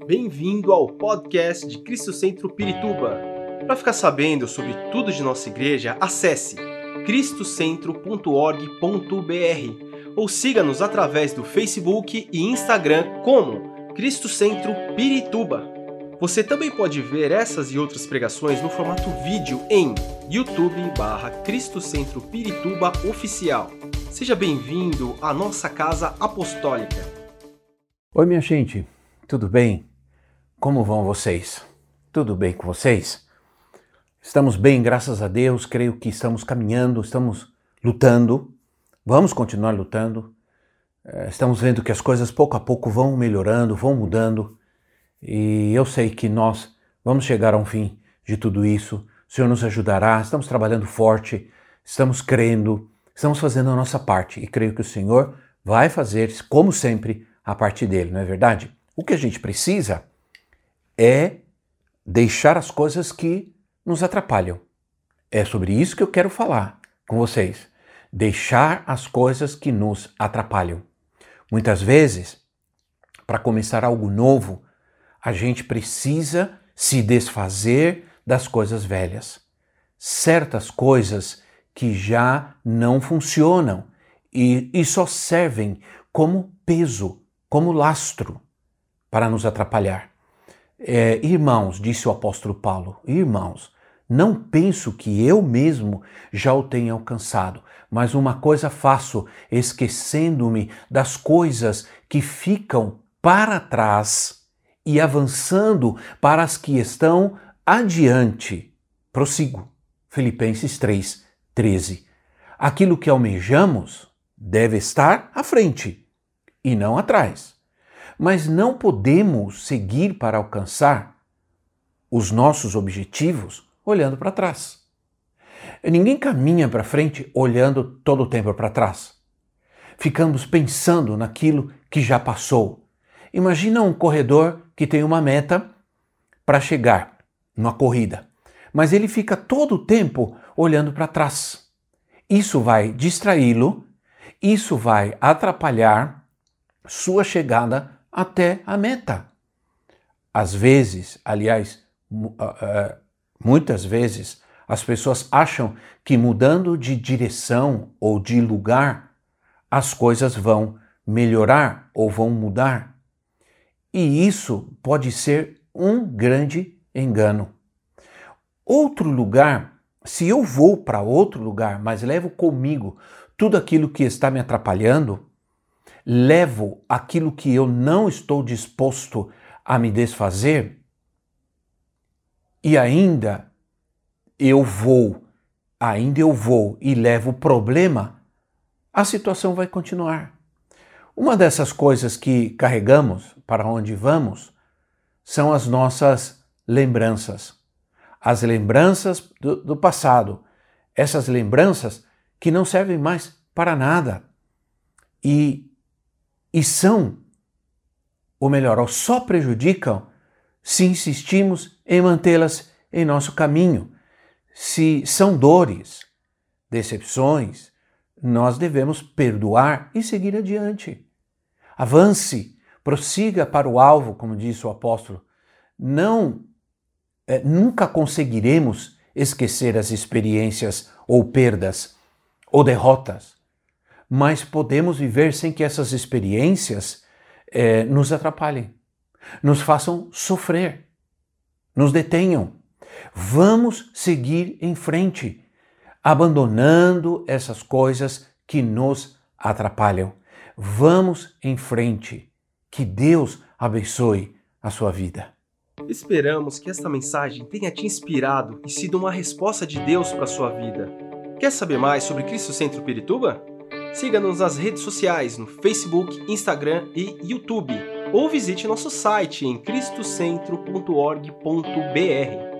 Bem-vindo ao podcast de Cristo Centro Pirituba. Para ficar sabendo sobre tudo de nossa igreja, acesse cristocentro.org.br ou siga-nos através do Facebook e Instagram como Cristo Centro Pirituba. Você também pode ver essas e outras pregações no formato vídeo em YouTube/Cristo Centro Pirituba Oficial. Seja bem-vindo à nossa casa apostólica. Oi, minha gente, tudo bem? Como vão vocês? Tudo bem com vocês? Estamos bem, graças a Deus, creio que estamos caminhando, estamos lutando, vamos continuar lutando. Estamos vendo que as coisas pouco a pouco vão melhorando, vão mudando e eu sei que nós vamos chegar a um fim de tudo isso. O Senhor nos ajudará, estamos trabalhando forte, estamos crendo, estamos fazendo a nossa parte e creio que o Senhor vai fazer, como sempre, a parte dele, não é verdade? O que a gente precisa é deixar as coisas que nos atrapalham. É sobre isso que eu quero falar com vocês. Deixar as coisas que nos atrapalham. Muitas vezes, para começar algo novo, a gente precisa se desfazer das coisas velhas. Certas coisas que já não funcionam e só servem como peso, como lastro para nos atrapalhar. Irmãos, disse o apóstolo Paulo, irmãos, não penso que eu mesmo já o tenha alcançado, mas uma coisa faço, esquecendo-me das coisas que ficam para trás e avançando para as que estão adiante. Prossigo. Filipenses 3:13. Aquilo que almejamos deve estar à frente e não atrás. Mas não podemos seguir para alcançar os nossos objetivos olhando para trás. Ninguém caminha para frente olhando todo o tempo para trás. Ficamos pensando naquilo que já passou. Imagina um corredor que tem uma meta para chegar numa corrida, mas ele fica todo o tempo olhando para trás. Isso vai distraí-lo, isso vai atrapalhar sua chegada até a meta. Às vezes, aliás, muitas vezes, as pessoas acham que mudando de direção ou de lugar, as coisas vão melhorar ou vão mudar. E isso pode ser um grande engano. Outro lugar, se eu vou para outro lugar, mas levo comigo tudo aquilo que está me atrapalhando, levo aquilo que eu não estou disposto a me desfazer e ainda eu vou e levo problema, a situação vai continuar. Uma dessas coisas que carregamos para onde vamos são as nossas lembranças. As lembranças do passado. Essas lembranças que não servem mais para nada. E são, ou melhor, só prejudicam se insistimos em mantê-las em nosso caminho. Se são dores, decepções, nós devemos perdoar e seguir adiante. Avance, prossiga para o alvo, como disse o apóstolo. Nunca conseguiremos esquecer as experiências ou perdas ou derrotas. Mas podemos viver sem que essas experiências nos atrapalhem, nos façam sofrer, nos detenham. Vamos seguir em frente, abandonando essas coisas que nos atrapalham. Vamos em frente. Que Deus abençoe a sua vida. Esperamos que esta mensagem tenha te inspirado e sido uma resposta de Deus para a sua vida. Quer saber mais sobre Cristo Centro Pirituba? Siga-nos nas redes sociais, no Facebook, Instagram e YouTube, ou visite nosso site em cristocentro.org.br.